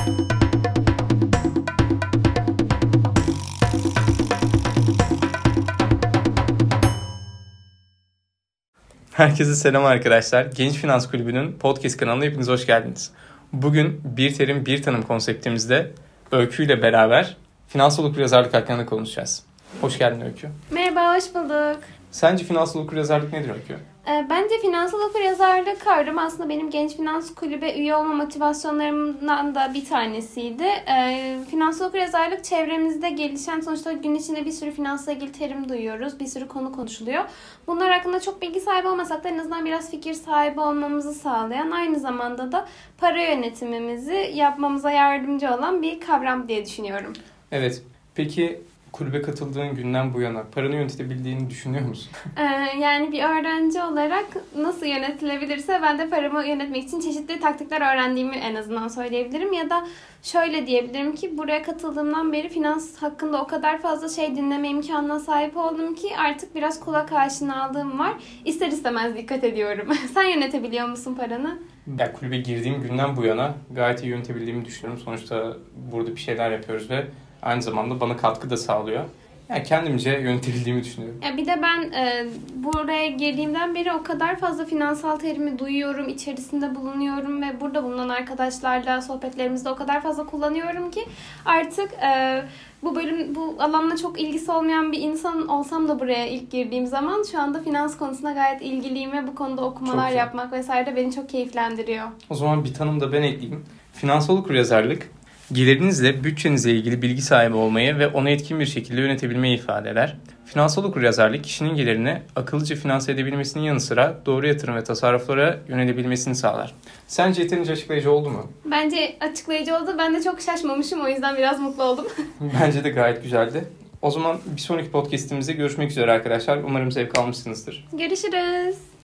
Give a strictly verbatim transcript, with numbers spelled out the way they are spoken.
Herkese selam arkadaşlar. Genç Finans Kulübü'nün podcast kanalına hepiniz hoş geldiniz. Bugün bir terim bir tanım konseptimizde Öykü ile beraber finansal okuryazarlık hakkında konuşacağız. Hoş geldin Öykü. Merhaba, hoş bulduk. Sence finansal okuryazarlık nedir Öykü? Bence finansal okuryazarlık kavramı aslında benim Genç Finans Kulübü üye olma motivasyonlarımdan da bir tanesiydi. Finansal okuryazarlık çevremizde gelişen, sonuçta gün içinde bir sürü finansla ilgili terim duyuyoruz. Bir sürü konu konuşuluyor. Bunlar hakkında çok bilgi sahibi olmasak da en azından biraz fikir sahibi olmamızı sağlayan, aynı zamanda da para yönetimimizi yapmamıza yardımcı olan bir kavram diye düşünüyorum. Evet. Peki kulübe katıldığın günden bu yana paranı yönetebildiğini düşünüyor musun? Ee, yani bir öğrenci olarak nasıl yönetilebilirse ben de paramı yönetmek için çeşitli taktikler öğrendiğimi en azından söyleyebilirim. Ya da şöyle diyebilirim ki buraya katıldığımdan beri finans hakkında o kadar fazla şey dinleme imkanına sahip oldum ki artık biraz kulak aşinalığım var. İster istemez dikkat ediyorum. Sen yönetebiliyor musun paranı? Ya kulübe girdiğim günden bu yana gayet iyi yönetebildiğimi düşünüyorum. Sonuçta burada bir şeyler yapıyoruz ve aynı zamanda bana katkı da sağlıyor. Yani kendimce yönetebildiğimi düşünüyorum. Ya bir de ben e, buraya girdiğimden beri o kadar fazla finansal terimi duyuyorum, içerisinde bulunuyorum ve burada bulunan arkadaşlarla sohbetlerimizde o kadar fazla kullanıyorum ki artık e, bu bölüm, bu alanla çok ilgisi olmayan bir insan olsam da buraya ilk girdiğim zaman şu anda finans konusuna gayet ilgiliyim ve bu konuda okumalar yapmak vesaire de beni çok keyiflendiriyor. O zaman bir tanım da ben ekleyeyim. Finansal okuryazarlık, gelirinizle bütçenizle ilgili bilgi sahibi olmayı ve onu etkin bir şekilde yönetebilmeyi ifade eder. Finansal okuryazarlık kişinin gelirini akıllıca finanse edebilmesinin yanı sıra doğru yatırım ve tasarruflara yönelebilmesini sağlar. Sence yeterince açıklayıcı oldu mu? Bence açıklayıcı oldu. Ben de çok şaşmamışım, o yüzden biraz mutlu oldum. Bence de gayet güzeldi. O zaman bir sonraki podcastimizde görüşmek üzere arkadaşlar. Umarım zevk almışsınızdır. Görüşürüz.